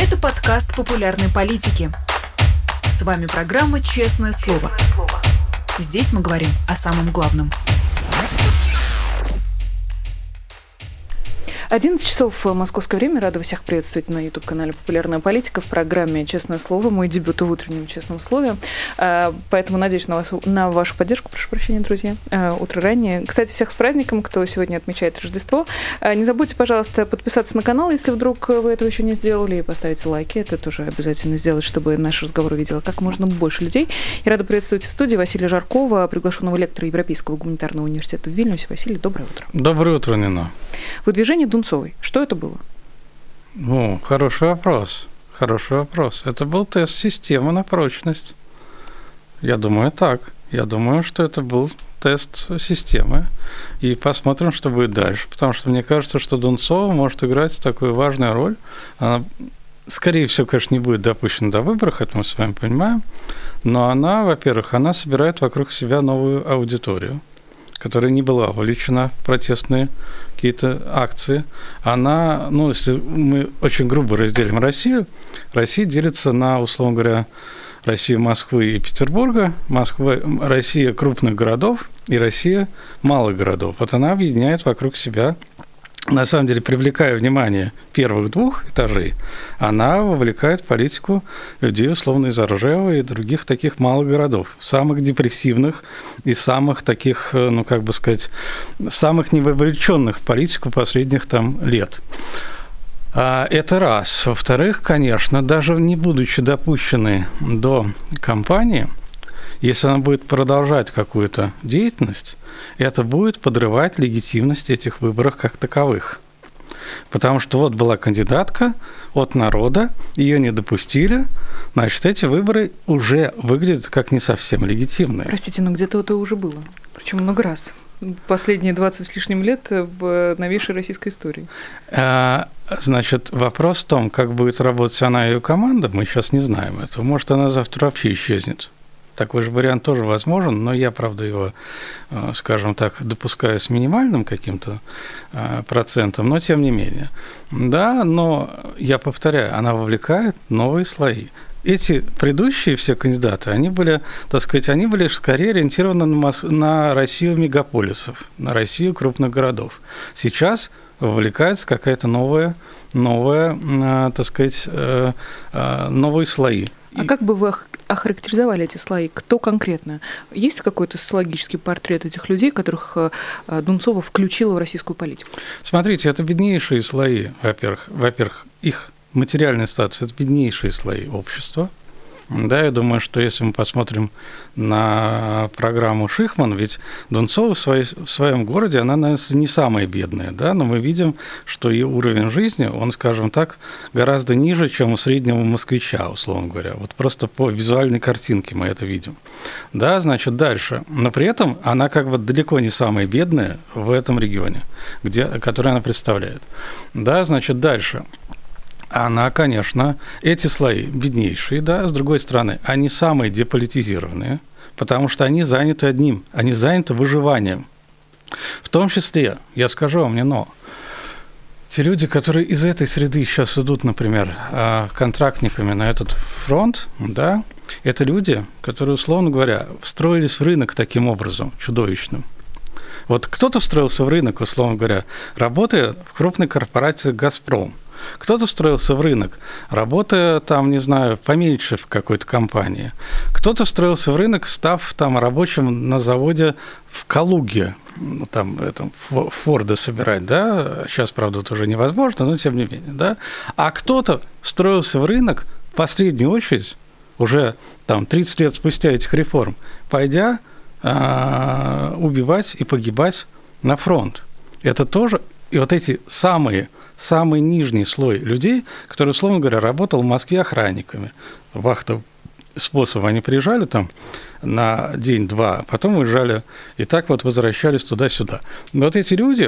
Это подкаст популярной политики. С вами программа «Честное слово». Здесь мы говорим о самом главном. 11 часов московское время. Рада всех приветствовать на YouTube-канале «Популярная политика» в программе «Честное слово». Мой дебют в утреннем честном слове. Поэтому надеюсь на вашу поддержку. Прошу прощения, друзья. Утро раннее. Кстати, всех с праздником, кто сегодня отмечает Рождество. Не забудьте, пожалуйста, подписаться на канал, если вдруг вы этого еще не сделали, и поставить лайки. Это тоже обязательно сделать, чтобы наш разговор увидело как можно больше людей. Я рада приветствовать в студии Василия Жаркова, приглашенного лектора Европейского гуманитарного университета в Вильнюсе. Василий, доброе утро. Доброе утро, Нина. Выдвижение Дунцовой. Что это было? Хороший вопрос. Это был тест системы на прочность. Я думаю, так. Я думаю, что это был тест системы. И посмотрим, что будет дальше. Потому что мне кажется, что Дунцова может играть такую важную роль. Она, скорее всего, конечно, не будет допущена до выборов, это мы с вами понимаем. Но она, во-первых, она собирает вокруг себя новую аудиторию, которая не была вовлечена в протестные какие-то акции. Она, если мы очень грубо разделим Россию, Россия делится на, условно говоря, Россию Москвы и Петербурга, Россия крупных городов и Россия малых городов. Вот она объединяет вокруг себя, на самом деле, привлекая внимание первых двух этажей, она вовлекает в политику людей, условно, из Ржева и других таких малых городов, самых депрессивных и самых таких, самых невовлеченных в политику последних лет. Это раз. Во-вторых, конечно, даже не будучи допущенной до кампании, если она будет продолжать какую-то деятельность, это будет подрывать легитимность этих выборов как таковых. Потому что вот была кандидатка от народа, ее не допустили, значит, эти выборы уже выглядят как не совсем легитимные. Простите, но где-то это уже было. Причем много раз. Последние 20 с лишним лет в новейшей российской истории. Значит, вопрос в том, как будет работать она и ее команда, мы сейчас не знаем этого. Может, она завтра вообще исчезнет. Такой же вариант тоже возможен, но я, правда, его, скажем так, допускаю с минимальным каким-то процентом, но тем не менее. Да, но я повторяю, она вовлекает новые слои. Эти предыдущие все кандидаты, они были скорее ориентированы на Россию мегаполисов, на Россию крупных городов. Сейчас вовлекается какая-то новые слои. А как бы вы охарактеризовали эти слои? Кто конкретно? Есть какой-то социологический портрет этих людей, которых Дунцова включила в российскую политику? Смотрите, это беднейшие слои, во-первых, их материальный статус – это беднейшие слои общества. Да, я думаю, что если мы посмотрим на программу Шихман, ведь Дунцова в своем городе, она, наверное, не самая бедная, да, но мы видим, что ее уровень жизни, он, скажем так, гораздо ниже, чем у среднего москвича, условно говоря. Вот просто по визуальной картинке мы это видим. Да, значит, дальше. Но при этом она далеко не самая бедная в этом регионе, который она представляет. Да, значит, дальше. Она, конечно, эти слои беднейшие, да, с другой стороны, они самые деполитизированные, потому что они заняты они заняты выживанием. В том числе, я скажу вам, но те люди, которые из этой среды сейчас идут, например, контрактниками на этот фронт, да, это люди, которые, условно говоря, встроились в рынок таким образом, чудовищным. Вот кто-то встроился в рынок, условно говоря, работая в крупной корпорации «Газпром». Кто-то встроился в рынок, работая поменьше в какой-то компании. Кто-то встроился в рынок, став рабочим на заводе в Калуге, Форды собирать, да. Сейчас, правда, это уже невозможно, но тем не менее, да. А кто-то встроился в рынок, в последнюю очередь, уже 30 лет спустя этих реформ, пойдя убивать и погибать на фронт. Это тоже... И вот эти самый нижний слой людей, которые, условно говоря, работал в Москве охранниками, вахтовым способом, они приезжали на день-два, а потом уезжали, и так возвращались туда-сюда. Но вот эти люди,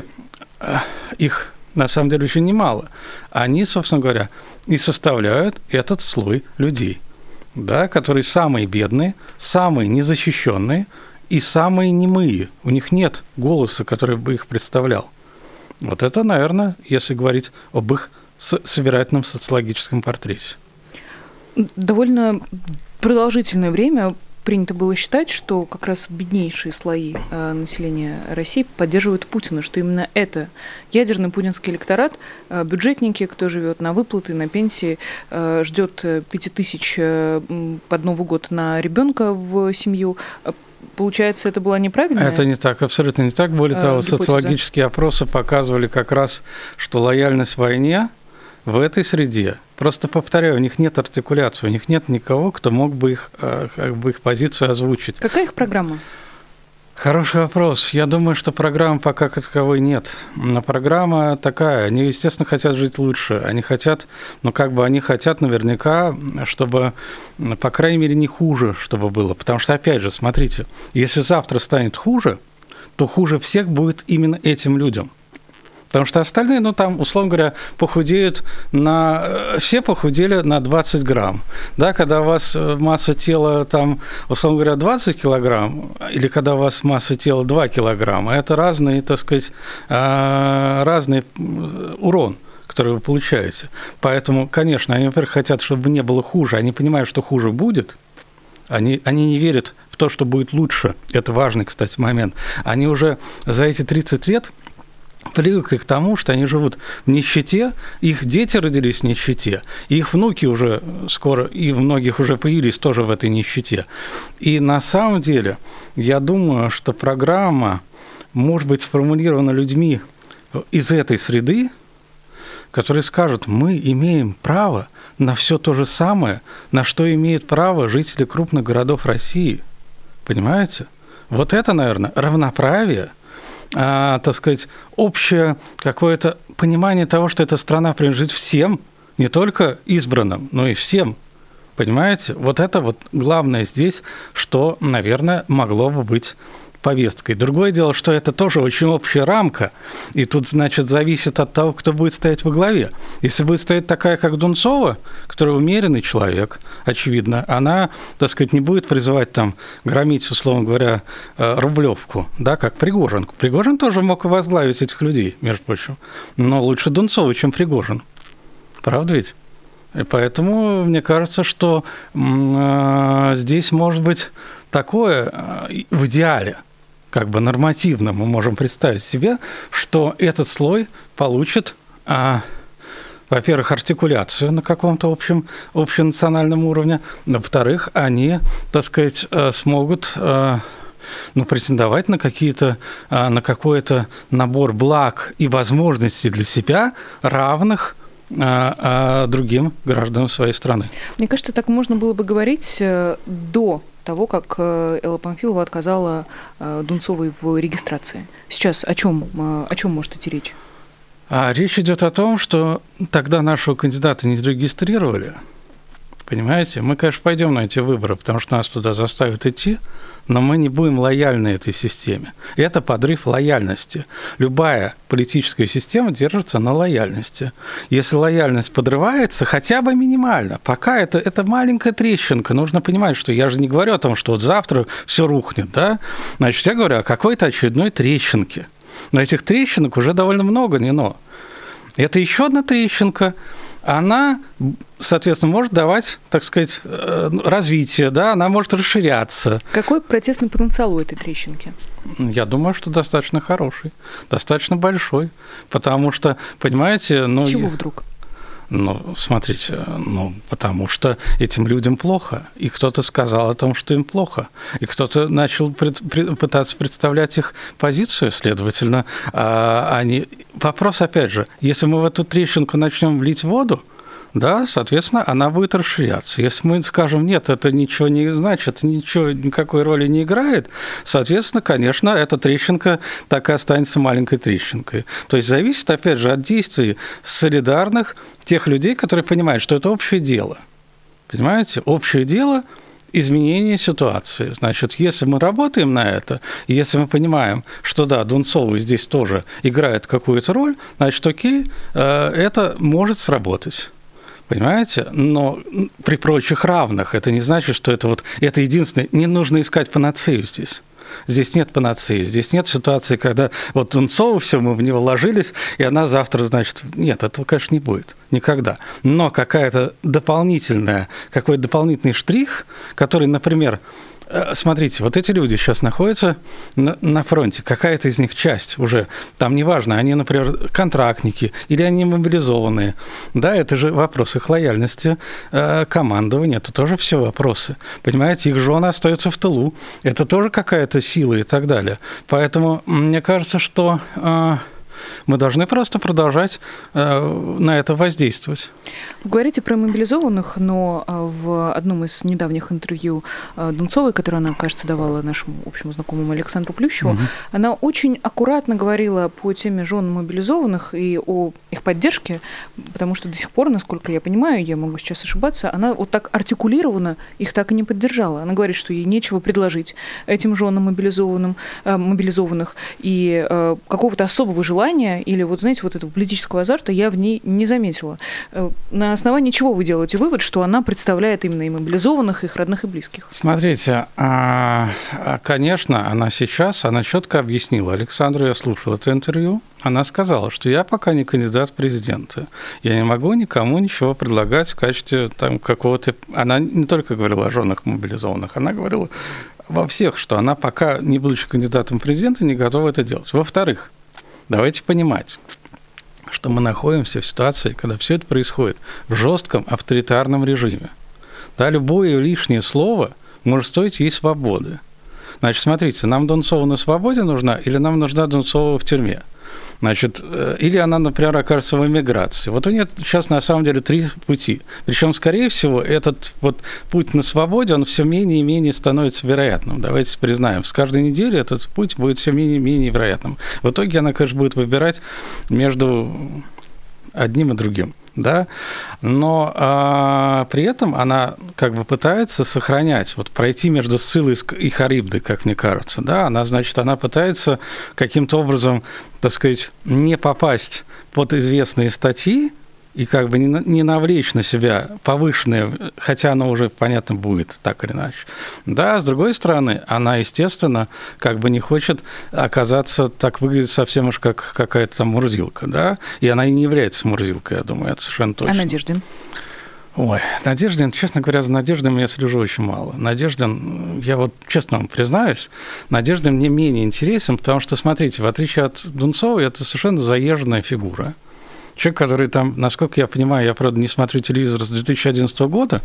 их на самом деле очень немало, они, собственно говоря, и составляют этот слой людей, да, которые самые бедные, самые незащищенные и самые немые. У них нет голоса, который бы их представлял. Вот это, наверное, если говорить об их собирательном социологическом портрете. Довольно продолжительное время принято было считать, что как раз беднейшие слои населения России поддерживают Путина, что именно это ядерный путинский электорат, бюджетники, кто живет на выплаты, на пенсии, ждет 5000 под Новый год на ребенка в семью. Получается, это была неправильная? Это не так, абсолютно не так. Более того, социологические опросы показывали как раз, что лояльность войне в этой среде, просто повторяю, у них нет артикуляции, у них нет никого, кто мог бы их позицию озвучить. Какая их программа? Хороший вопрос. Я думаю, что программы пока как таковой нет. Но программа такая. Они, естественно, хотят жить лучше. Они хотят, они хотят наверняка, чтобы, по крайней мере, не хуже, чтобы было. Потому что, опять же, смотрите, если завтра станет хуже, то хуже всех будет именно этим людям. Потому что остальные, условно говоря, все похудели на 20 грамм. Да, когда у вас масса тела, условно говоря, 20 килограмм, или когда у вас масса тела 2 килограмма, это разный, разный урон, который вы получаете. Поэтому, конечно, они, во-первых, хотят, чтобы не было хуже, они понимают, что хуже будет, они не верят в то, что будет лучше. Это важный, кстати, момент. Они уже за эти 30 лет привыкли к тому, что они живут в нищете, их дети родились в нищете, их внуки уже скоро, и многих уже появились тоже в этой нищете. И на самом деле, я думаю, что программа может быть сформулирована людьми из этой среды, которые скажут: мы имеем право на все то же самое, на что имеют право жители крупных городов России. Понимаете? Вот это, наверное, равноправие, общее какое-то понимание того, что эта страна принадлежит всем, не только избранным, но и всем. Понимаете? Вот это вот главное здесь, что, наверное, могло бы быть повесткой. Другое дело, что это тоже очень общая рамка, и тут, зависит от того, кто будет стоять во главе. Если будет стоять такая, как Дунцова, которая умеренный человек, очевидно, она, не будет призывать громить, условно говоря, Рублевку, да, как Пригожин. Пригожин тоже мог возглавить этих людей, между прочим, но лучше Дунцова, чем Пригожин. Правда ведь? И поэтому мне кажется, что здесь может быть такое в идеале, нормативно мы можем представить себе, что этот слой получит, во-первых, артикуляцию на каком-то общенациональном уровне, во-вторых, они, смогут претендовать на какой-то набор благ и возможностей для себя, равных другим гражданам своей страны. Мне кажется, так можно было бы говорить до того, как Элла Памфилова отказала Дунцовой в регистрации. Сейчас о чем может идти речь? Речь идет о том, что тогда нашего кандидата не зарегистрировали. Понимаете? Мы, конечно, пойдем на эти выборы, потому что нас туда заставят идти, но мы не будем лояльны этой системе. Это подрыв лояльности. Любая политическая система держится на лояльности. Если лояльность подрывается, хотя бы минимально, пока это маленькая трещинка, нужно понимать, что я же не говорю о том, что вот завтра все рухнет, да? Значит, я говорю о какой-то очередной трещинке. Но этих трещинок уже довольно много, но. Это еще одна трещинка. Она, соответственно, может давать, развитие, да, она может расширяться. Какой протестный потенциал у этой трещинки? Я думаю, что достаточно хороший, достаточно большой, потому что, понимаете... С чего вдруг? Смотрите, потому что этим людям плохо, и кто-то сказал о том, что им плохо, и кто-то начал пытаться представлять их позицию, следовательно, Вопрос, опять же, если мы в эту трещинку начнем влить воду, да, соответственно, она будет расширяться. Если мы скажем, нет, это ничего не значит, никакой роли не играет, соответственно, конечно, эта трещинка так и останется маленькой трещинкой. То есть зависит, опять же, от действий солидарных тех людей, которые понимают, что это общее дело. Понимаете? Общее дело – изменение ситуации. Значит, если мы работаем на это, если мы понимаем, что да, Дунцова здесь тоже играет какую-то роль, значит, окей, это может сработать. Понимаете? Но при прочих равных это не значит, что это единственное. Не нужно искать панацею здесь. Здесь нет панацеи, здесь нет ситуации, когда вот Дунцова, все, мы в него вложились, и она завтра, значит, нет, этого, конечно, не будет. Никогда. Но какой-то дополнительный штрих, который, например, смотрите, вот эти люди сейчас находятся на фронте, какая-то из них часть уже, там неважно, они, например, контрактники или они мобилизованные, да, это же вопрос их лояльности командования, это тоже все вопросы, понимаете, их жены остаются в тылу, это тоже какая-то сила и так далее, поэтому мне кажется, что мы должны просто продолжать на это воздействовать. Вы говорите про мобилизованных, но в одном из недавних интервью Дунцовой, которое она, кажется, давала нашему общему знакомому Александру Плющеву, она очень аккуратно говорила по теме жен мобилизованных и о их поддержке, потому что до сих пор, насколько я понимаю, я могу сейчас ошибаться, она вот так артикулированно их так и не поддержала. Она говорит, что ей нечего предложить этим женам мобилизованных, и какого-то особого желания или, вот знаете, вот этого политического азарта я в ней не заметила. На основании чего вы делаете вывод, что она представляет именно и мобилизованных, и их родных и близких? Смотрите, конечно, она четко объяснила Александру, я слушал это интервью, она сказала, что я пока не кандидат в президенты, я не могу никому ничего предлагать в качестве там какого-то... Она не только говорила о женах мобилизованных, она говорила во всех, что она пока, не будучи кандидатом в президенты, не готова это делать. Во-вторых, давайте понимать, что мы находимся в ситуации, когда все это происходит в жестком авторитарном режиме. Да, любое лишнее слово может стоить ей свободы. Значит, смотрите, нам Дунцова на свободе нужна или нам нужна Дунцова в тюрьме? Значит, или она, например, окажется в эмиграции. Вот у нее сейчас на самом деле 3 пути. Причем, скорее всего, этот вот путь на свободе, он все менее и менее становится вероятным. Давайте признаем, с каждой неделей этот путь будет все менее и менее вероятным. В итоге она, конечно, будет выбирать между одним и другим. Да? Но при этом она как бы пытается сохранять, вот пройти между Сциллой и Харибдой, как мне кажется. Да? Она пытается каким-то образом, так сказать, не попасть под известные статьи, и как бы не навлечь на себя повышенное, хотя оно уже, понятно, будет так или иначе. Да, с другой стороны, она, естественно, как бы не хочет оказаться, так выглядит совсем уж как какая-то там мурзилка, да, и она и не является мурзилкой, я думаю, это совершенно точно. А Надеждин? Ой, Надеждин, честно говоря, за Надеждином я слежу очень мало. Надеждин, я вот честно вам признаюсь, Надеждин мне менее интересен, потому что, смотрите, в отличие от Дунцовой, это совершенно заезженная фигура. Человек, который там, насколько я понимаю, я, правда, не смотрю телевизор с 2011 года,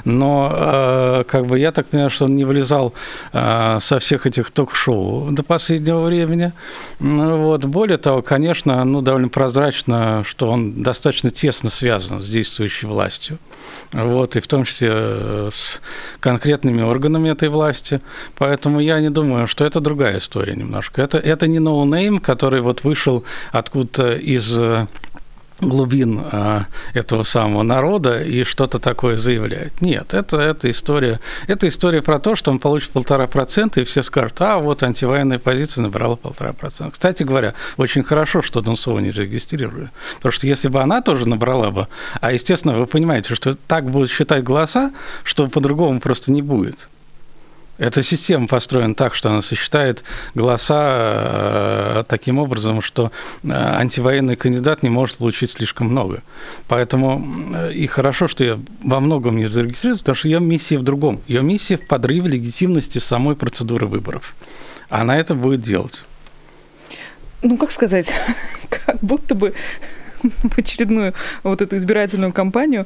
но как бы я так понимаю, что он не вылезал со всех этих ток-шоу до последнего времени. Вот. Более того, конечно, довольно прозрачно, что он достаточно тесно связан с действующей властью. Вот, и в том числе с конкретными органами этой власти. Поэтому я не думаю, что это другая история немножко. Это не ноунейм, который вот вышел откуда-то из глубин этого самого народа и что-то такое заявляет. Нет, это история про то, что он получит 1,5%, и все скажут, вот антивоенная позиция набрала 1,5%. Кстати говоря, очень хорошо, что Дунцова не регистрировали, потому что если бы она тоже набрала бы, естественно, вы понимаете, что так будут считать голоса, что по-другому просто не будет. Эта система построена так, что она сосчитает голоса таким образом, что антивоенный кандидат не может получить слишком много. Поэтому и хорошо, что я во многом не зарегистрирован, потому что ее миссия в другом. Ее миссия в подрыве легитимности самой процедуры выборов. Она это будет делать. Как сказать, как будто бы в очередную вот эту избирательную кампанию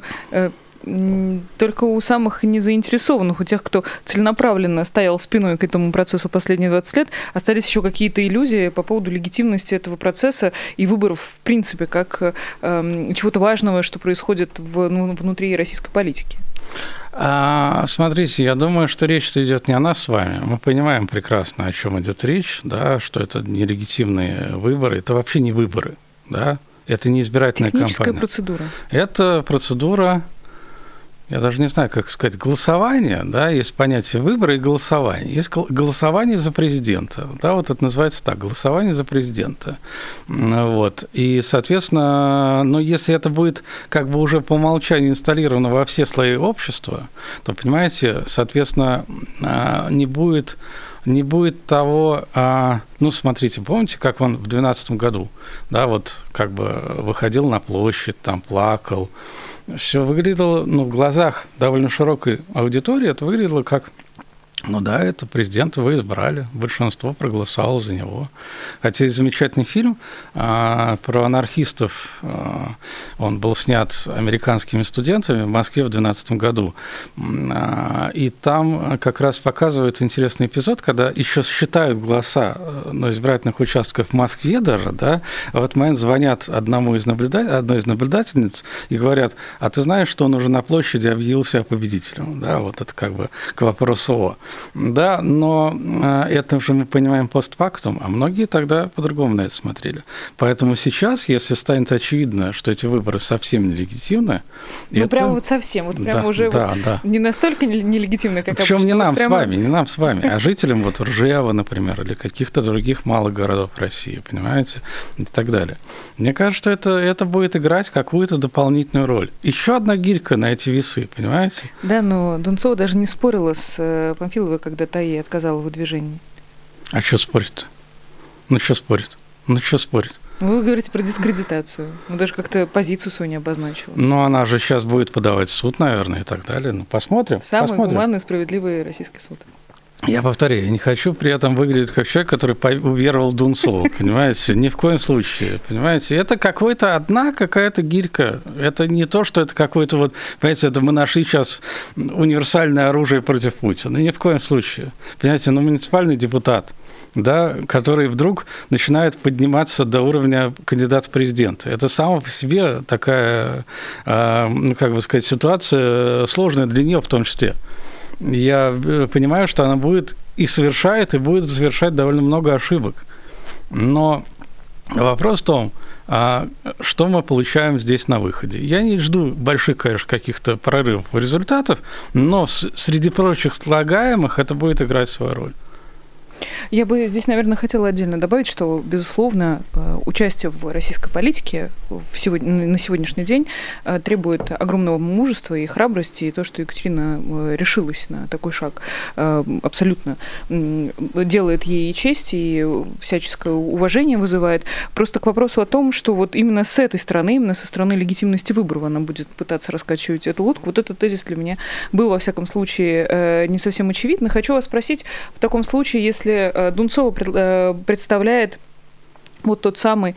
только у самых незаинтересованных, у тех, кто целенаправленно стоял спиной к этому процессу последние 20 лет, остались еще какие-то иллюзии по поводу легитимности этого процесса и выборов, в принципе, как чего-то важного, что происходит внутри российской политики. Смотрите, я думаю, что речь идет не о нас с вами. Мы понимаем прекрасно, о чем идет речь, да, что это нелегитимные выборы, это вообще не выборы, да, это не избирательная кампания. Техническая процедура. Это процедура, я даже не знаю, как сказать, голосование, да, есть понятие выбора и голосование. Есть голосование за президента, да, вот это называется так, голосование за президента. Вот. И, соответственно, если это будет как бы уже по умолчанию инсталлировано во все слои общества, то, понимаете, соответственно, не будет не будет того, ну, смотрите, помните, как он в 2012 году, да, вот как бы выходил на площадь, там плакал, все выглядело, ну, в глазах довольно широкой аудитории, это выглядело как... Ну да, это президент, его избрали, большинство проголосовало за него. Хотя есть замечательный фильм про анархистов, он был снят американскими студентами в Москве в 2012 году. И там как раз показывают интересный эпизод, когда еще считают голоса на избирательных участках в Москве даже, да, а в этот момент звонят одной из наблюдательниц и говорят, а ты знаешь, что он уже на площади объявил себя победителем? Да, вот это как бы к вопросу о. Да, но это же мы понимаем постфактум, а многие тогда по-другому на это смотрели. Поэтому сейчас, если станет очевидно, что эти выборы совсем нелегитимны... Ну, это... прямо вот совсем, вот прямо уже не настолько нелегитимны, как обычно. Причем не нам прямо... не нам с вами, а жителям вот Ржева, например, или каких-то других малых городов России, понимаете, и так далее. Мне кажется, что это будет играть какую-то дополнительную роль. Еще одна гирька на эти весы, понимаете? Да, но Дунцова даже не спорила с Памфиловой, когда та ей отказала в выдвижении. А что спорит-то? Ну, что спорит? Вы говорите про дискредитацию. Ну, даже как-то позицию свою не обозначила. Ну, она же сейчас будет подавать в суд, наверное, и так далее. Ну, посмотрим. Самый гуманный и справедливый российский суд. Я повторяю, я не хочу при этом выглядеть как человек, который уверовал в Дунцову, понимаете? Ни в коем случае, понимаете? Это какая-то гирька. Это не то, что это какой-то вот, понимаете, это мы нашли сейчас универсальное оружие против Путина. Ни в коем случае. Понимаете, муниципальный депутат, да, который вдруг начинает подниматься до уровня кандидата в президенты. Это само по себе такая, ну, как бы сказать, ситуация сложная для нее в том числе. Я понимаю, что она будет и совершает довольно много ошибок. Но вопрос в том, что мы получаем здесь на выходе. Я не жду больших, конечно, каких-то прорывов результатов, но среди прочих слагаемых это будет играть свою роль. Я бы здесь, наверное, хотела отдельно добавить, что, безусловно, участие в российской политике на сегодняшний день требует огромного мужества и храбрости, и то, что Екатерина решилась на такой шаг, абсолютно делает ей честь и всяческое уважение вызывает. Просто к вопросу о том, что вот именно с этой стороны, именно со стороны легитимности выборов она будет пытаться раскачивать эту лодку, вот этот тезис для меня был, во всяком случае, не совсем очевидно. Хочу вас спросить, в таком случае, если Дунцова представляет вот тот самый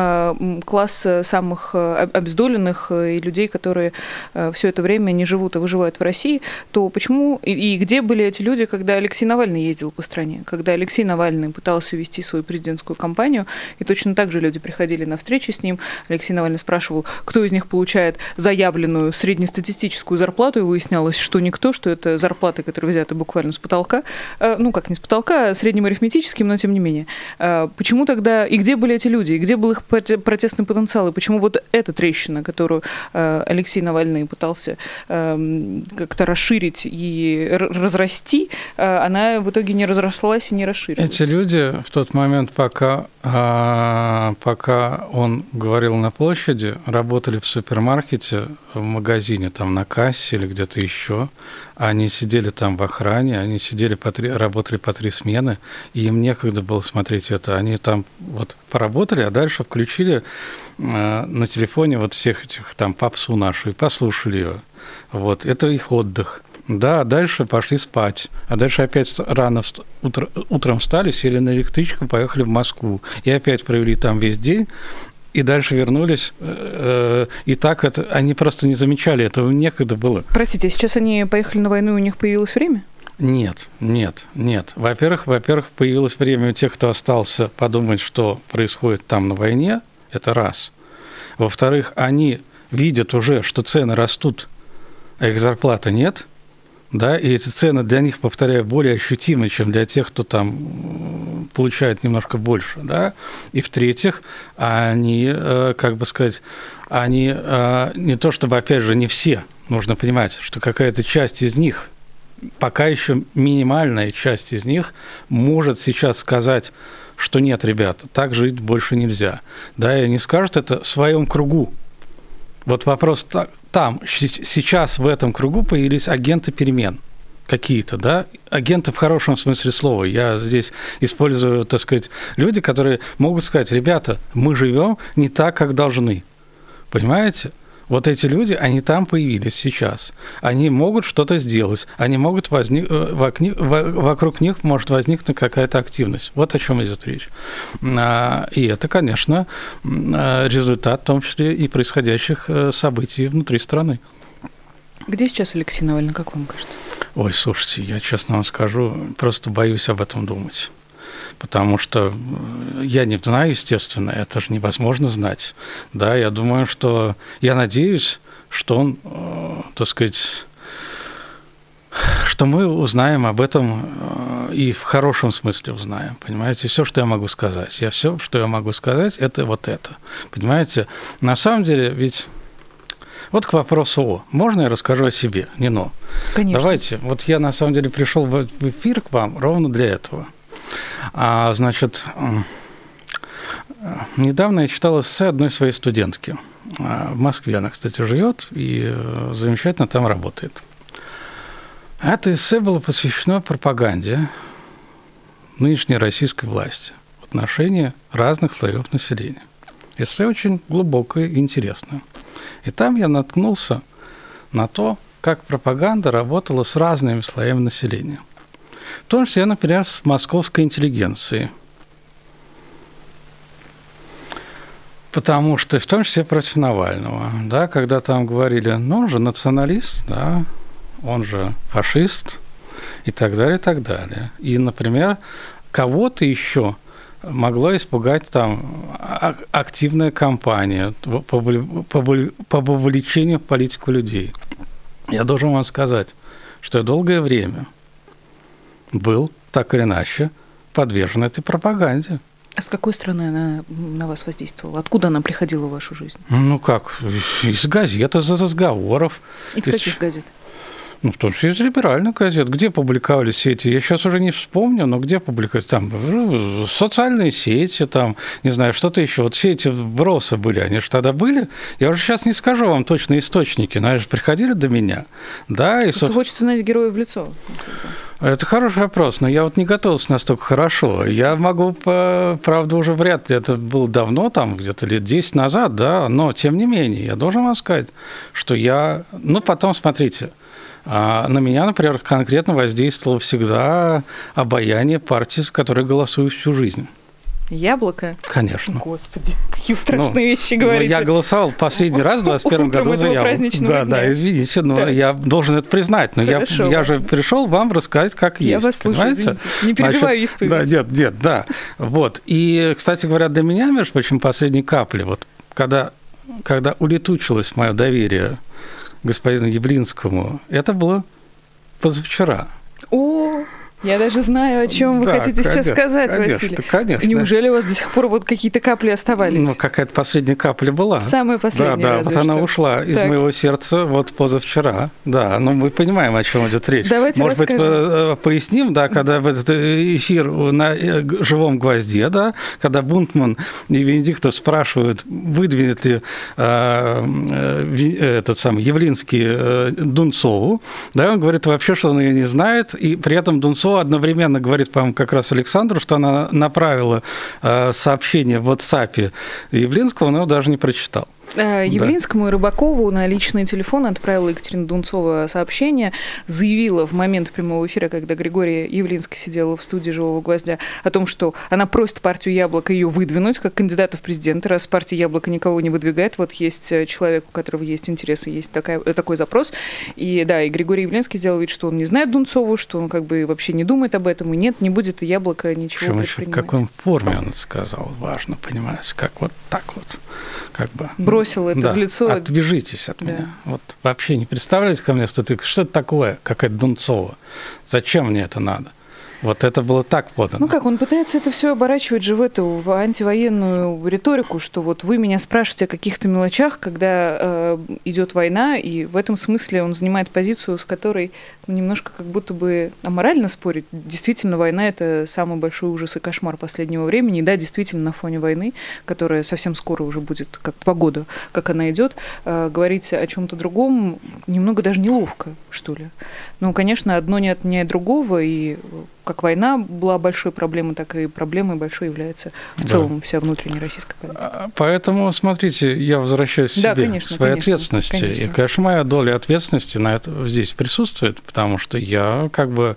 класс самых обездоленных и людей, которые все это время не живут, а выживают в России, то почему и где были эти люди, когда Алексей Навальный ездил по стране, когда Алексей Навальный пытался вести свою президентскую кампанию, и точно так же люди приходили на встречи с ним, Алексей Навальный спрашивал, кто из них получает заявленную среднестатистическую зарплату, и выяснялось, что никто, что это зарплаты, которые взяты буквально с потолка, ну как не с потолка, а средним арифметическим, но тем не менее. Почему тогда, и где были эти люди, и где был их протестный потенциал, и почему вот эта трещина, которую Алексей Навальный пытался как-то расширить и разрасти, она в итоге не разрослась и не расширилась? Эти люди в тот момент, пока он говорил на площади, работали в супермаркете, в магазине, там на кассе или где-то еще. Они сидели там в охране, они работали по 3 смены, и им некогда было смотреть это. Они там вот поработали, а дальше включили на телефоне вот всех этих там попсу нашу и послушали ее. Вот, это их отдых. Да, а дальше пошли спать. А дальше опять рано утром встали, сели на электричку, поехали в Москву. И опять провели там весь день. И дальше вернулись, и так это, они просто не замечали, этого некогда было. Простите, сейчас они поехали на войну, и у них появилось время? Нет. Во-первых, появилось время у тех, кто остался, подумать, что происходит там на войне, это раз. Во-вторых, они видят уже, что цены растут, а их зарплаты нет, да, и эти цены для них, повторяю, более ощутимы, чем для тех, кто там получает немножко больше, да. И в-третьих, они, как бы сказать, они не то чтобы, опять же, не все, нужно понимать, что какая-то часть из них, пока еще минимальная часть из них может сейчас сказать, что нет, ребята, так жить больше нельзя, да, и они скажут это в своем кругу. Вот вопрос там, сейчас в этом кругу появились агенты перемен. какие-то, да, агенты в хорошем смысле слова. Я здесь использую, так сказать, люди, которые могут сказать: ребята, мы живем не так, как должны. Понимаете? Вот эти люди, они там появились сейчас. Они могут что-то сделать. Они могут вокруг них может возникнуть какая-то активность. Вот о чем идет речь. И это, конечно, результат, в том числе и происходящих событий внутри страны. Где сейчас Алексей Навальный, как вам кажется? Ой, слушайте, я честно вам скажу, просто боюсь об этом думать. Потому что я не знаю, естественно, это же невозможно знать. Да, я думаю, что... Я надеюсь, что он, так сказать, что мы узнаем об этом и в хорошем смысле узнаем. Понимаете, все, что я могу сказать. Все, что я могу сказать, это вот это. Понимаете, на самом деле ведь... Вот к вопросу «о». Можно я расскажу о себе? Не «но». Конечно. Давайте. Вот я, на самом деле, пришел в эфир к вам ровно для этого. Значит, недавно я читал эссе одной своей студентки. В Москве она, кстати, живет и замечательно там работает. Это эссе было посвящено пропаганде нынешней российской власти в отношении разных слоев населения. Эссе очень глубокое и интересное. И там я наткнулся на то, как пропаганда работала с разными слоями населения. В том числе, например, с московской интеллигенцией. Потому что, в том числе, против Навального, да, когда там говорили, ну, он же националист, да, он же фашист и так далее, и так далее. И, например, кого-то еще могла испугать там активная кампания по вовлечению в политику людей. Я должен вам сказать, что я долгое время был, так или иначе, подвержен этой пропаганде. А с какой стороны она на вас воздействовала? Откуда она приходила в вашу жизнь? Ну как, из газет, из разговоров. Из каких газет? Ну, в том числе из либеральных газет. Где публиковались все эти? Я сейчас уже не вспомню, но где публиковались? Там социальные сети, там, не знаю, что-то еще. Вот все эти вбросы были, они же тогда были. Я уже сейчас не скажу вам точно источники, но они же приходили до меня. Да, и, хочется знать героя в лицо. Это хороший вопрос, но я вот не готовился настолько хорошо. Я могу, правда, уже вряд ли, это было давно, там, где-то лет 10 назад, да, но, тем не менее, я должен вам сказать, что я... Ну, потом, смотрите, на меня, например, конкретно воздействовало всегда обаяние партии, за которой голосую всю жизнь. Яблоко? Конечно. Господи, какие страшные вещи говорите. Я голосовал последний раз в 2021 году за яблоко. Да, извините, но я должен это признать. Но я же пришел вам рассказать, как есть. Я вас слушаю, извините. Не перебиваю исповедь. Нет, да. Вот. И, кстати говоря, для меня, между прочим, последней капли, вот когда улетучилось мое доверие господину Явлинскому, это было позавчера. Я даже знаю, о чем вы хотите сейчас сказать, Василий. Конечно. Неужели у вас до сих пор вот какие-то капли оставались? Ну, какая-то последняя капля была. Самая последняя, вот она ушла из моего сердца вот позавчера. Да, но мы понимаем, о чем идет речь. Давайте Может расскажем. Быть, поясним, да, когда этот эфир на живом гвозде, да, когда Бунтман и Венедиктов спрашивают, выдвинет ли этот самый Явлинский Дунцову, да, он говорит вообще, что он ее не знает, и при этом Дунцова одновременно говорит, по-моему, как раз Александру, что она направила сообщение в WhatsApp Явлинского, но его даже не прочитал. Явлинскому и Рыбакову на личный телефон отправила Екатерина Дунцова сообщение, заявила в момент прямого эфира, когда Григорий Явлинский сидел в студии «Живого гвоздя», о том, что она просит партию «Яблоко» ее выдвинуть как кандидата в президенты, раз партия «Яблоко» никого не выдвигает. Вот есть человек, у которого есть интересы, есть такой запрос. И да, и Григорий Явлинский сделал вид, что он не знает Дунцову, что он как бы вообще не думает об этом, и нет, не будет и «Яблоко» ничего предпринимать. В какой форме он это сказал, важно, понимаете, как вот так вот, как бы... Бросил это в лицо. Отвяжитесь от меня. Вот вообще не представляете ко мне, что это такое, какая-то Дунцова. Зачем мне это надо? Вот это было так подано. Ну как, он пытается это все оборачивать же в антивоенную риторику, что вот вы меня спрашиваете о каких-то мелочах, когда идет война, и в этом смысле он занимает позицию, с которой немножко как будто бы аморально спорить. Действительно, война — это самый большой ужас и кошмар последнего времени. И да, действительно, на фоне войны, которая совсем скоро уже будет, как 2 года, как она идет, говорить о чем-то другом немного даже неловко, что ли. Ну, конечно, одно не отменяет другого, и как война была большой проблемой, так и проблемой большой является в целом вся внутренняя российская политика. Поэтому, смотрите, я возвращаюсь к себе, к своей ответственности. И, конечно, моя доля ответственности на это здесь присутствует, потому что я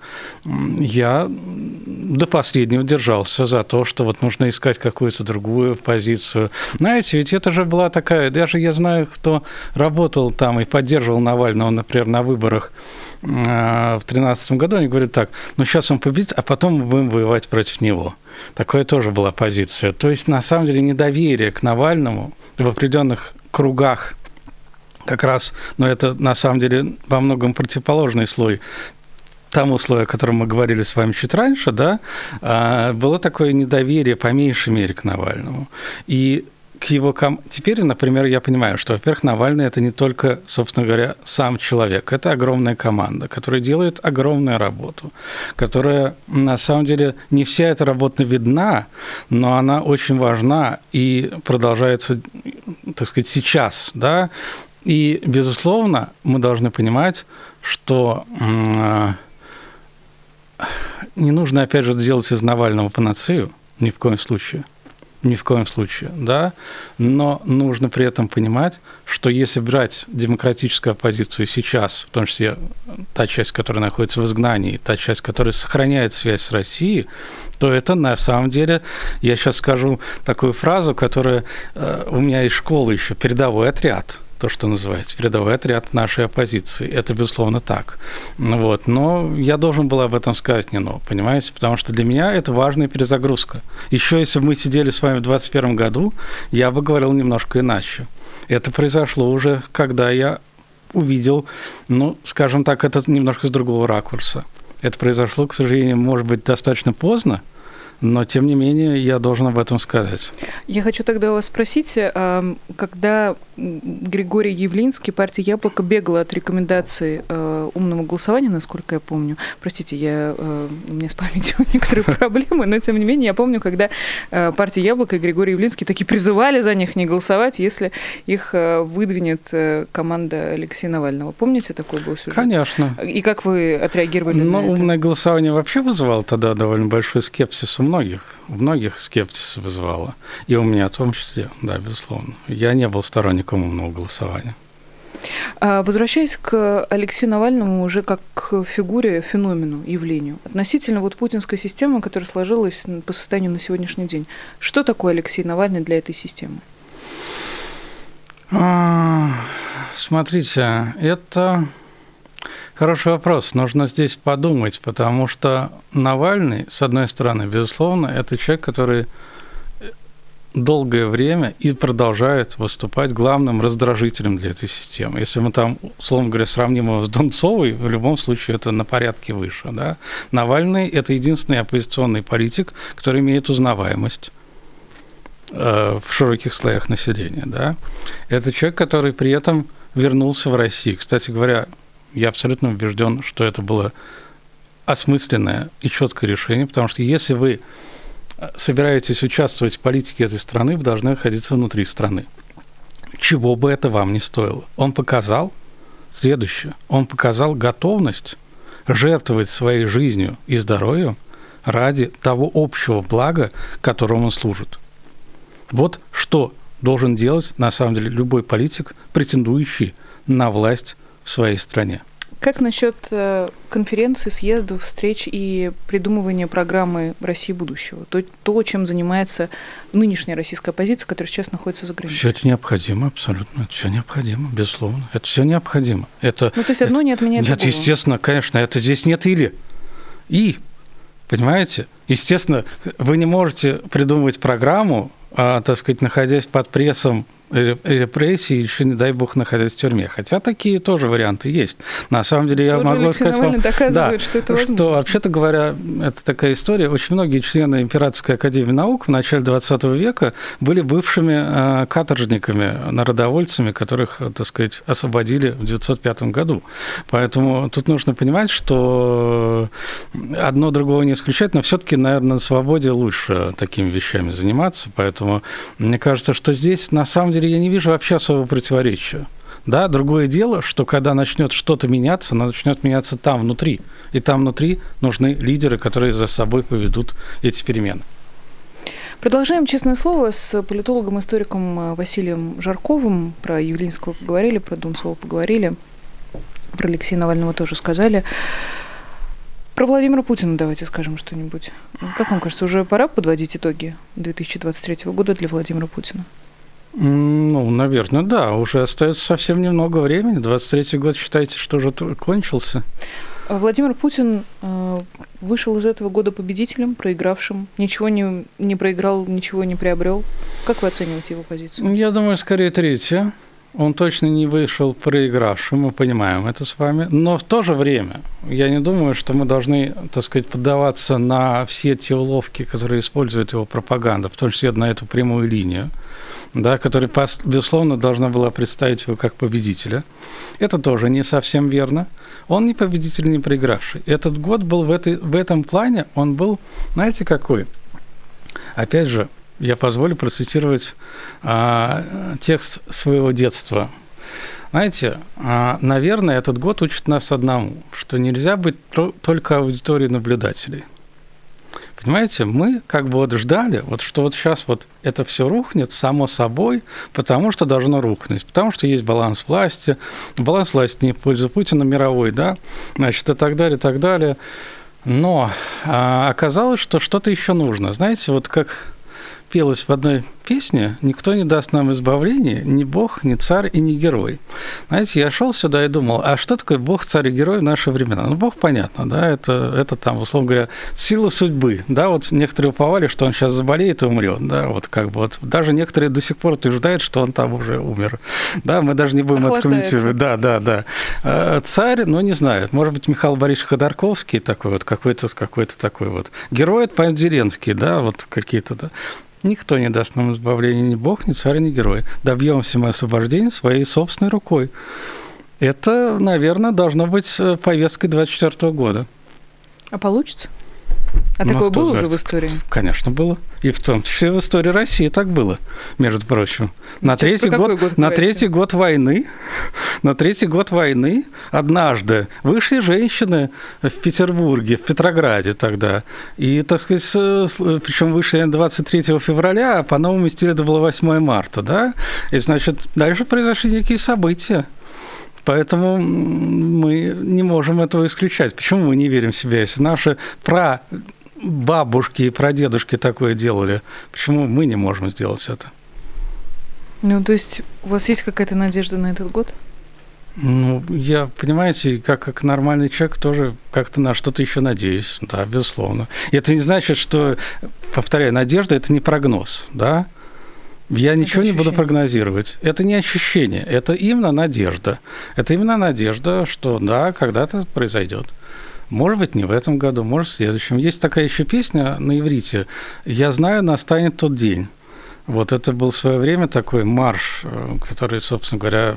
до последнего держался за то, что вот нужно искать какую-то другую позицию. Знаете, ведь это же была такая, даже я знаю, кто работал там и поддерживал Навального, например, на выборах в 2013 году, они говорят так: ну сейчас он победит, а потом мы будем воевать против него. Такая тоже была позиция. То есть, на самом деле, недоверие к Навальному в определенных кругах как раз, но это на самом деле во многом противоположный слой тому слою, о котором мы говорили с вами чуть раньше, да, было такое недоверие по меньшей мере к Навальному. И к его теперь, например, я понимаю, что, во-первых, Навальный – это не только, собственно говоря, сам человек, это огромная команда, которая делает огромную работу, которая, на самом деле, не вся эта работа видна, но она очень важна и продолжается, так сказать, сейчас, да. И, безусловно, мы должны понимать, что не нужно, опять же, делать из Навального панацею, ни в коем случае. Ни в коем случае, да, но нужно при этом понимать, что если брать демократическую оппозицию сейчас, в том числе та часть, которая находится в изгнании, та часть, которая сохраняет связь с Россией, то это на самом деле, я сейчас скажу такую фразу, которая у меня из школы еще, передовой отряд. То, что называется передовой отряд нашей оппозиции. Это, безусловно, так. Вот. Но я должен был об этом сказать не но, понимаете? Потому что для меня это важная перезагрузка. Еще если бы мы сидели с вами в 2021 году, я бы говорил немножко иначе. Это произошло уже, когда я увидел, ну, скажем так, это немножко с другого ракурса. Это произошло, к сожалению, может быть, достаточно поздно, но, тем не менее, я должен об этом сказать. Я хочу тогда у вас спросить, когда Григорий Явлинский, партия «Яблоко», бегала от рекомендаций умного голосования, насколько я помню, простите, у меня с памятью некоторые проблемы, но, тем не менее, я помню, когда партия «Яблоко» и Григорий Явлинский таки призывали за них не голосовать, если их выдвинет команда Алексея Навального. Помните, такой был сюжет? Конечно. И как вы отреагировали на это? Умное голосование вообще вызывало тогда довольно большой скепсис у многих скепсис вызывало. И у меня в том числе, да, безусловно. Я не был сторонником умного голосования. Возвращаясь к Алексею Навальному уже как к фигуре, феномену, явлению, относительно вот путинской системы, которая сложилась по состоянию на сегодняшний день, что такое Алексей Навальный для этой системы? Смотрите, это хороший вопрос. Нужно здесь подумать, потому что Навальный, с одной стороны, безусловно, это человек, который долгое время и продолжает выступать главным раздражителем для этой системы. Если мы там, условно говоря, сравним его с Донцовой, в любом случае это на порядке выше. Да? Навальный – это единственный оппозиционный политик, который имеет узнаваемость в широких слоях населения. Да? Это человек, который при этом вернулся в Россию. Кстати говоря, я абсолютно убежден, что это было осмысленное и четкое решение, потому что если вы собираетесь участвовать в политике этой страны, вы должны находиться внутри страны. Чего бы это вам ни стоило. Он показал следующее. Он показал готовность жертвовать своей жизнью и здоровьем ради того общего блага, которому он служит. Вот что должен делать, на самом деле, любой политик, претендующий на власть в своей стране. Как насчет конференций, съездов, встреч и придумывания программы России будущего? То, чем занимается нынешняя российская оппозиция, которая сейчас находится за границей. Все это необходимо, абсолютно. Это все необходимо, безусловно. Это все необходимо. То есть одно не отменяет другого? Нет, естественно, конечно. Это здесь нет или. Понимаете? Естественно, вы не можете придумывать программу, так сказать, находясь под прессом репрессий, еще, не дай бог, находясь в тюрьме. Хотя такие тоже варианты есть. На самом деле, я могу сказать вам, доказывает, что это возможно. Что, вообще-то говоря, это такая история. Очень многие члены Императорской академии наук в начале 20 века были бывшими каторжниками, народовольцами, которых, так сказать, освободили в 1905 году. Поэтому тут нужно понимать, что одно другого не исключает, но все-таки, наверное, на свободе лучше такими вещами заниматься. Поэтому мне кажется, что здесь, на самом деле, я не вижу вообще особого противоречия. Да, другое дело, что когда начнет что-то меняться, оно начнет меняться там, внутри. И там внутри нужны лидеры, которые за собой поведут эти перемены. Продолжаем «Честное слово» с политологом-историком Василием Жарковым. Про Явлинского поговорили, про Донцова поговорили, про Алексея Навального тоже сказали. Про Владимира Путина давайте скажем что-нибудь. Как вам кажется, уже пора подводить итоги 2023 года для Владимира Путина? Ну, наверное, да. Уже остается совсем немного времени. 23-й год, считайте, что уже кончился. Владимир Путин вышел из этого года победителем, проигравшим. Ничего не проиграл, ничего не приобрел. Как вы оцениваете его позицию? Я думаю, скорее третье. Он точно не вышел проигравшим, мы понимаем это с вами. Но в то же время я не думаю, что мы должны, так сказать, поддаваться на все те уловки, которые использует его пропаганда, в том числе на эту прямую линию, да, которая, безусловно, должна была представить его как победителя. Это тоже не совсем верно. Он не победитель, не проигравший. Этот год был в этом плане, он был, знаете, какой? Опять же, я позволю процитировать текст своего детства. Знаете, наверное, этот год учит нас одному, что нельзя быть только аудиторией наблюдателей. Понимаете, мы как бы вот ждали, вот что вот сейчас вот это все рухнет само собой, потому что должно рухнуть, потому что есть баланс власти не в пользу Путина, мировой, да, значит, и так далее, и так далее. Но оказалось, что что-то еще нужно. Знаете, вот как пелось в одной песне: «Никто не даст нам избавления, ни бог, ни царь и ни герой». Знаете, я шел сюда и думал, а что такое бог, царь и герой в наши времена? Ну, бог, понятно, да, это там, условно говоря, сила судьбы, да, вот некоторые уповали, что он сейчас заболеет и умрет, да, вот как бы вот, даже некоторые до сих пор утверждают, что он там уже умер, да, мы даже не будем это комментировать, да. Царь, ну, не знаю, может быть, Михаил Борисович Ходорковский такой вот, какой-то такой вот, герой, это, понятно, Зеленский, да, вот какие-то, да. Никто не даст нам избавления, ни бог, ни царь, ни герой. Добьемся мы освобождения своей собственной рукой. Это, наверное, должно быть повесткой 2024 года. А получится? А такое было уже в истории? Конечно, было. И в том числе в истории России так было, между прочим. На третий год войны однажды вышли женщины в Петербурге, в Петрограде тогда. И, так сказать, причем вышли 23 февраля, а по новому стилю это было 8 марта, да? И, значит, дальше произошли некие события. Поэтому мы не можем этого исключать. Почему мы не верим в себя? Если наши прабабушки и прадедушки такое делали, почему мы не можем сделать это? Ну, то есть у вас есть какая-то надежда на этот год? Ну, я, понимаете, как нормальный человек тоже как-то на что-то еще надеюсь, да, безусловно. И это не значит, что, повторяю, надежда – это не прогноз, да? Я ничего не буду прогнозировать. Это не ощущение, это именно надежда. Это именно надежда, что да, когда-то произойдет. Может быть, не в этом году, может, в следующем. Есть такая еще песня на иврите «Я знаю, настанет тот день». Вот это был в свое время такой марш, который, собственно говоря,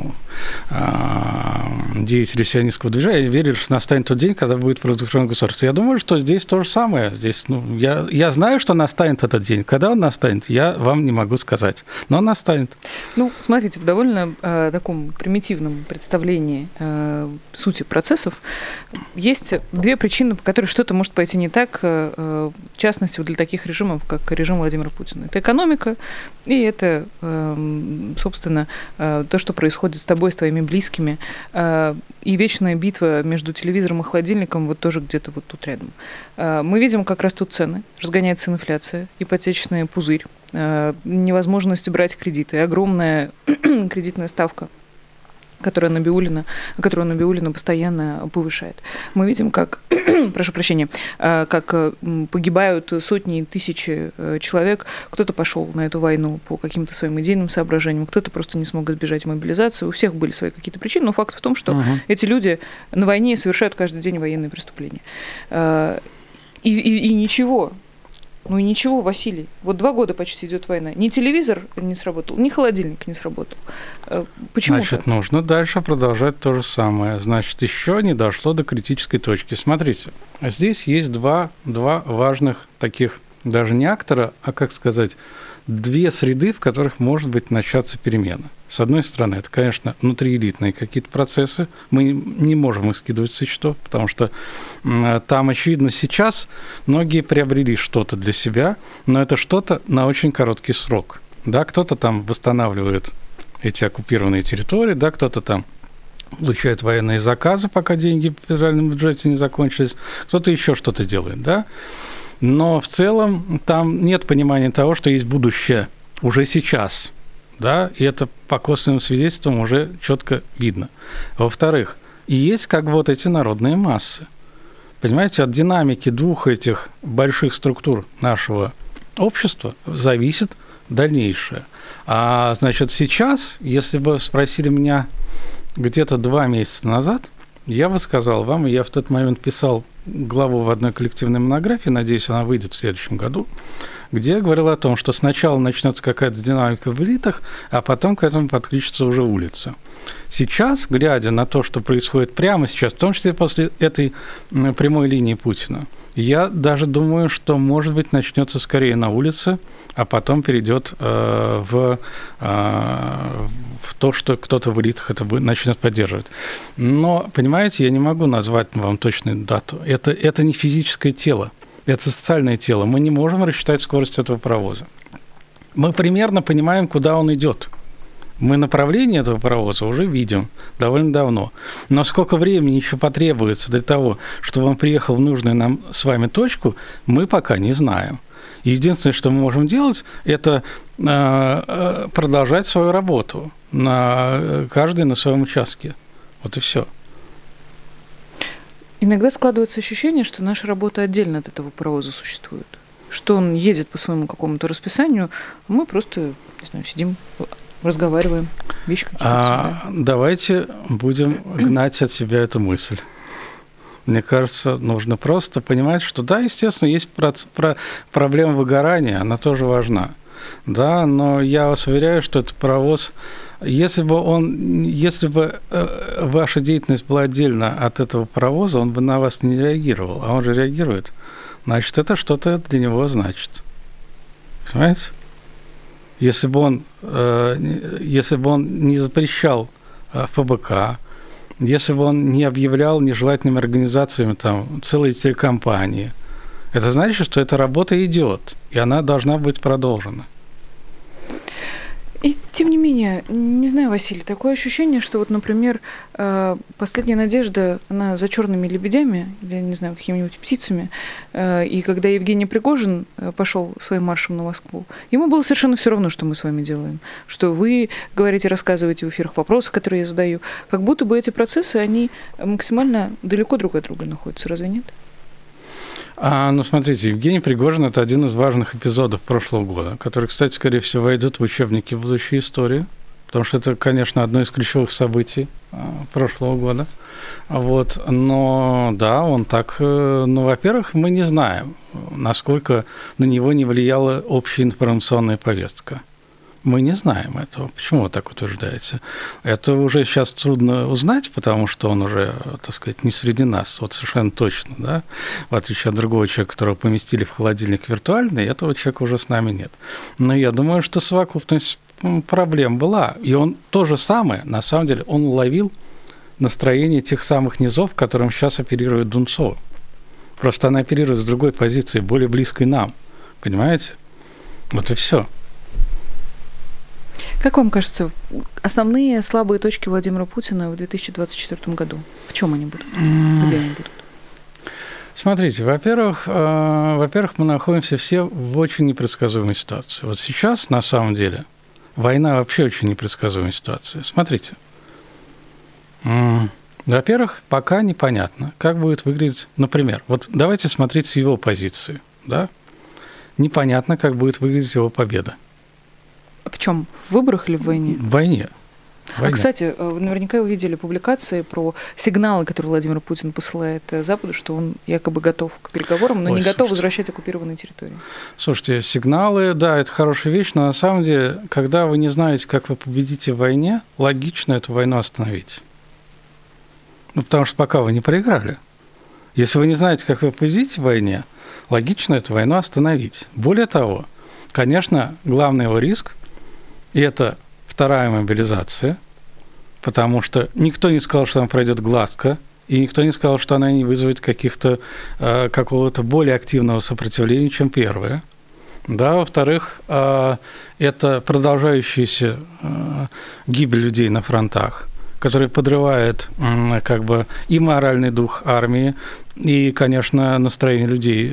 деятели сионистского движения верили, что настанет тот день, когда будет провозглашено государство. Я думаю, что здесь то же самое. Здесь, я знаю, что настанет этот день. Когда он настанет, я вам не могу сказать. Но он настанет. Ну, смотрите, в довольно таком примитивном представлении сути процессов есть две причины, по которым что-то может пойти не так, в частности, для таких режимов, как режим Владимира Путина. Это экономика, и это, собственно, то, что происходит с тобой, с твоими близкими, и вечная битва между телевизором и холодильником вот тоже где-то вот тут рядом. Мы видим, как растут цены, разгоняется инфляция, ипотечный пузырь, невозможность брать кредиты, огромная кредитная ставка. которую Набиуллина постоянно повышает. Мы видим, как, прошу прощения, как погибают сотни и тысячи человек. Кто-то пошел на эту войну по каким-то своим идейным соображениям, кто-то просто не смог избежать мобилизации. У всех были свои какие-то причины, но факт в том, что эти люди на войне совершают каждый день военные преступления. И ничего. Ну и ничего, Василий. Вот 2 года почти идет война. Ни телевизор не сработал, ни холодильник не сработал. Почему? Значит, нужно дальше продолжать то же самое. Значит, еще не дошло до критической точки. Смотрите, здесь есть два важных таких, даже не актора, а, как сказать, 2 среды, в которых может быть начаться перемена. С одной стороны, это, конечно, внутриэлитные какие-то процессы. Мы не можем их скидывать со счетов, потому что там, очевидно, сейчас многие приобрели что-то для себя, но это что-то на очень короткий срок. Да, кто-то там восстанавливает эти оккупированные территории, да, кто-то там получает военные заказы, пока деньги в федеральном бюджете не закончились, кто-то еще что-то делает, да. Но в целом там нет понимания того, что есть будущее уже сейчас, да, и это по косвенным свидетельствам уже четко видно. Во-вторых, и есть как вот эти народные массы. Понимаете, от динамики 2 этих больших структур нашего общества зависит дальнейшее. А значит, сейчас, если бы спросили меня где-то 2 месяца назад, я бы сказал вам, и я в тот момент писал главу в одной коллективной монографии, надеюсь, она выйдет в следующем году, где я говорил о том, что сначала начнется какая-то динамика в элитах, а потом к этому подключится уже улица. Сейчас, глядя на то, что происходит прямо сейчас, в том числе после этой прямой линии Путина, я даже думаю, что, может быть, начнется скорее на улице, а потом перейдет в то, что кто-то в элитах это начнет поддерживать. Но, понимаете, я не могу назвать вам точную дату. Это не физическое тело, это социальное тело. Мы не можем рассчитать скорость этого паровоза. Мы примерно понимаем, куда он идет. Мы направление этого паровоза уже видим довольно давно. Но сколько времени еще потребуется для того, чтобы он приехал в нужную нам с вами точку, мы пока не знаем. Единственное, что мы можем делать, это продолжать свою работу, каждый на своем участке. Вот и все. Иногда складывается ощущение, что наша работа отдельно от этого паровоза существует. Что он едет по своему какому-то расписанию, а мы просто, не знаю, сидим, разговариваем, вещи какие-то обсуждаем. Давайте будем гнать от себя эту мысль. Мне кажется, нужно просто понимать, что да, естественно, есть проблема выгорания, она тоже важна. Да, но я вас уверяю, что этот паровоз, если бы ваша деятельность была отдельно от этого паровоза, он бы на вас не реагировал, а он же реагирует. Значит, это что-то для него значит. Понимаете? Если бы он не запрещал ФБК, если бы он не объявлял нежелательными организациями там целые телекомпании, это значит, что эта работа идет, и она должна быть продолжена. И тем не менее, не знаю, Василий, такое ощущение, что вот, например, «Последняя надежда», она за черными лебедями, или, не знаю, какими-нибудь птицами, и когда Евгений Пригожин пошел своим маршем на Москву, ему было совершенно все равно, что мы с вами делаем, что вы говорите, рассказываете в эфирах вопросы, которые я задаю, как будто бы эти процессы, они максимально далеко друг от друга находятся, разве нет? Ну, смотрите, Евгений Пригожин – это один из важных эпизодов прошлого года, который, кстати, скорее всего, войдет в учебники будущей истории, потому что это, конечно, одно из ключевых событий прошлого года. Вот. Но, да, он так… Ну, во-первых, мы не знаем, насколько на него не влияла общая информационная повестка. Мы не знаем этого. Почему вы так утверждаете? Это уже сейчас трудно узнать, потому что он уже, так сказать, не среди нас, вот совершенно точно, да? В отличие от другого человека, которого поместили в холодильник виртуальный, этого человека уже с нами нет. Но я думаю, что совокупность проблем была. И он то же самое, на самом деле, он уловил настроение тех самых низов, которым сейчас оперирует Дунцова. Просто она оперирует с другой позиции, более близкой нам. Понимаете? Вот и все. Как вам кажется, основные слабые точки Владимира Путина в 2024 году? В чем они будут? Где они будут? Смотрите, во-первых, мы находимся все в очень непредсказуемой ситуации. Вот сейчас, на самом деле, война вообще очень непредсказуемая ситуация. Смотрите, Во-первых, пока непонятно, как будет выглядеть, например, вот давайте смотреть с его позиции, да? Непонятно, как будет выглядеть его победа. В чем? В выборах или в войне? В войне. А, кстати, вы наверняка увидели публикации про сигналы, которые Владимир Путин посылает Западу, что он якобы готов к переговорам, но не готов возвращать оккупированные территории. Слушайте, сигналы, да, это хорошая вещь, но на самом деле, когда вы не знаете, как вы победите в войне, логично эту войну остановить. Ну, потому что пока вы не проиграли. Если вы не знаете, как вы победите в войне, логично эту войну остановить. Более того, конечно, главный его риск – это вторая мобилизация, потому что никто не сказал, что она пройдет гладко, и никто не сказал, что она не вызовет какого-то более активного сопротивления, чем первая. Да, во-вторых, это продолжающаяся гибель людей на фронтах, который подрывает и моральный дух армии, и, конечно, настроение людей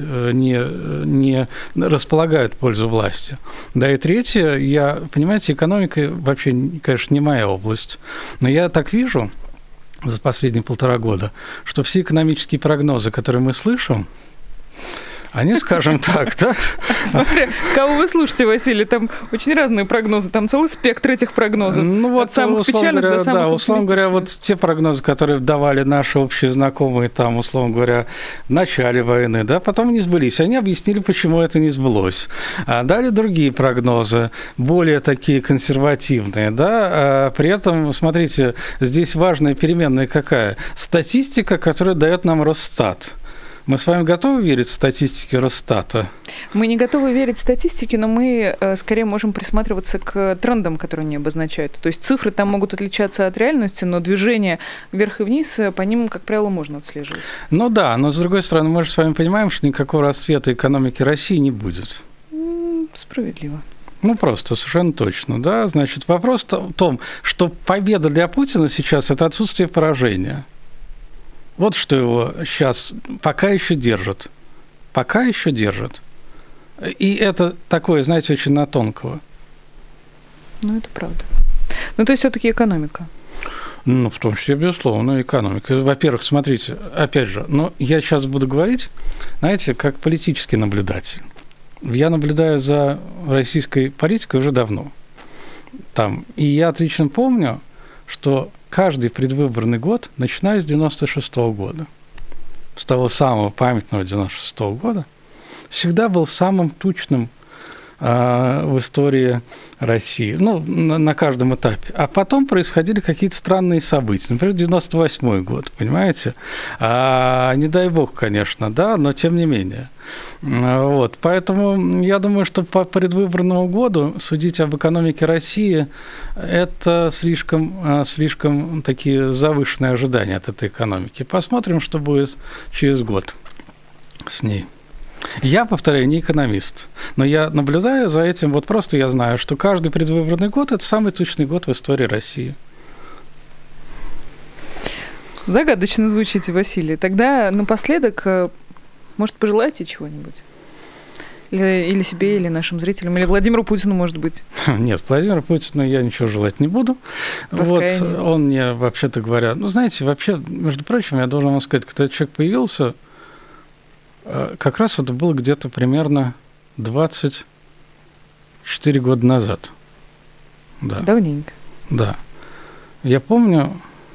не располагают в пользу власти. Да, и третье, понимаете, экономика вообще, конечно, не моя область, но я так вижу за последние 1,5 года, что все экономические прогнозы, которые мы слышим, они, скажем так, да? Смотря, кого вы слушаете, Василий, там очень разные прогнозы, там целый спектр этих прогнозов. Ну вот, от самых печальных до самых оптимистичных. Условно говоря, вот те прогнозы, которые давали наши общие знакомые, там, условно говоря, в начале войны, да, потом не сбылись. Они объяснили, почему это не сбылось. Дали другие прогнозы, более такие консервативные, да. При этом, смотрите, здесь важная переменная какая? Статистика, которая дает нам Росстат. Мы с вами готовы верить статистике Росстата? Мы не готовы верить статистике, но мы скорее можем присматриваться к трендам, которые они обозначают. То есть цифры там могут отличаться от реальности, но движение вверх и вниз по ним, как правило, можно отслеживать. Ну да, но с другой стороны, мы же с вами понимаем, что никакого расцвета экономики России не будет. Справедливо. Ну, просто, совершенно точно, да. Значит, вопрос в том, что победа для Путина сейчас – это отсутствие поражения. Вот что его сейчас пока еще держит. Пока еще держит. И это такое, знаете, очень на тонкого. Ну, это правда. Ну, то есть все-таки экономика. Ну, в том числе, безусловно, экономика. Во-первых, смотрите, опять же, я сейчас буду говорить, знаете, как политический наблюдатель. Я наблюдаю за российской политикой уже давно. И я отлично помню, что каждый предвыборный год, начиная с 96-го года, с того самого памятного 96-го года, всегда был самым тучным в истории России, на каждом этапе. А потом происходили какие-то странные события. Например, 98-й год, понимаете? Не дай бог, конечно, да, но тем не менее. Вот. Поэтому я думаю, что по предвыборному году судить об экономике России – это слишком такие завышенные ожидания от этой экономики. Посмотрим, что будет через год с ней. Я, повторяю, не экономист, но я наблюдаю за этим, вот просто я знаю, что каждый предвыборный год – это самый тучный год в истории России. Загадочно звучите, Василий. Тогда напоследок, может, пожелаете чего-нибудь? Или себе, или нашим зрителям, или Владимиру Путину, может быть? Нет, Владимиру Путину я ничего желать не буду. Раскаяние. Вот он мне, вообще-то говоря, знаете, вообще, между прочим, я должен вам сказать, когда человек появился, как раз это было где-то примерно 24 года назад. Да. Давненько. Да. Я помню,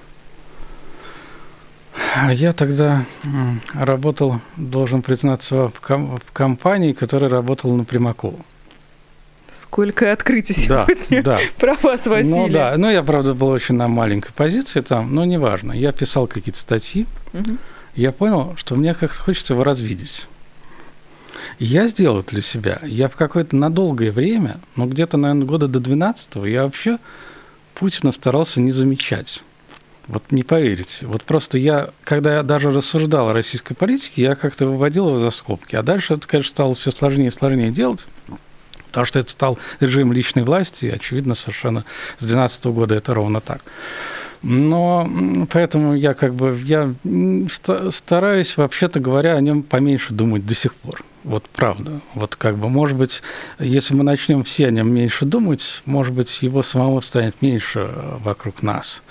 я тогда работал, должен признаться, в компании, которая работала на Примакова. Сколько открытий сегодня про вас, Василий. Я, правда, был очень на маленькой позиции там, но неважно. Я писал какие-то статьи. Я понял, что мне как-то хочется его развидеть. И я сделал это для себя. Я в какое-то на долгое время, где-то, наверное, года до 12-го, я вообще Путина старался не замечать. Вот не поверите. Вот просто когда я даже рассуждал о российской политике, я как-то выводил его за скобки. А дальше это, конечно, стало все сложнее и сложнее делать, потому что это стал режим личной власти, и, очевидно, совершенно с 12 года это ровно так. Но поэтому я стараюсь, вообще-то говоря, о нем поменьше думать до сих пор. Вот правда. Вот может быть, если мы начнем все о нем меньше думать, может быть, его самого станет меньше вокруг нас.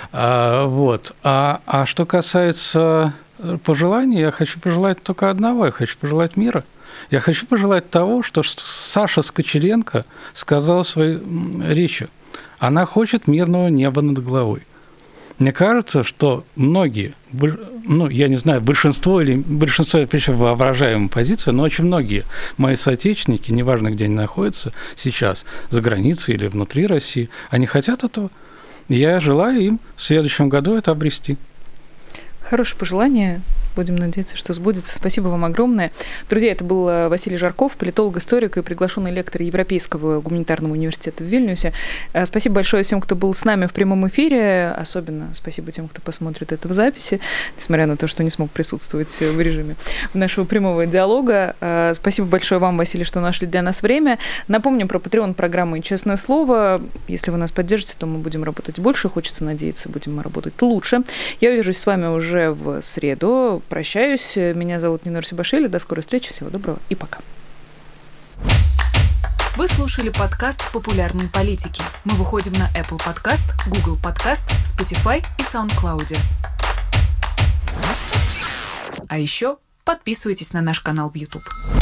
А что касается пожеланий, я хочу пожелать только одного. Я хочу пожелать мира. Я хочу пожелать того, что Саша Скочеленко сказала в своей речи. Она хочет мирного неба над головой. Мне кажется, что многие, я не знаю, большинство, причем воображаемая позиция, но очень многие мои соотечественники, неважно, где они находятся сейчас, за границей или внутри России, они хотят этого. И я желаю им в следующем году это обрести. Хорошее пожелание. Будем надеяться, что сбудется. Спасибо вам огромное. Друзья, это был Василий Жарков, политолог, историк и приглашенный лектор Европейского гуманитарного университета в Вильнюсе. Спасибо большое всем, кто был с нами в прямом эфире. Особенно спасибо тем, кто посмотрит это в записи, несмотря на то, что не смог присутствовать в режиме нашего прямого диалога. Спасибо большое вам, Василий, что нашли для нас время. Напомним про Patreon программы «Честное слово». Если вы нас поддержите, то мы будем работать больше. Хочется надеяться, будем работать лучше. Я увижусь с вами уже в среду. Прощаюсь. Меня зовут Нинор Сибашвили. До скорой встречи. Всего доброго и пока. Вы слушали подкаст «Популярные политики». Мы выходим на Apple Podcast, Google Podcast, Spotify и SoundCloud. А еще подписывайтесь на наш канал в YouTube.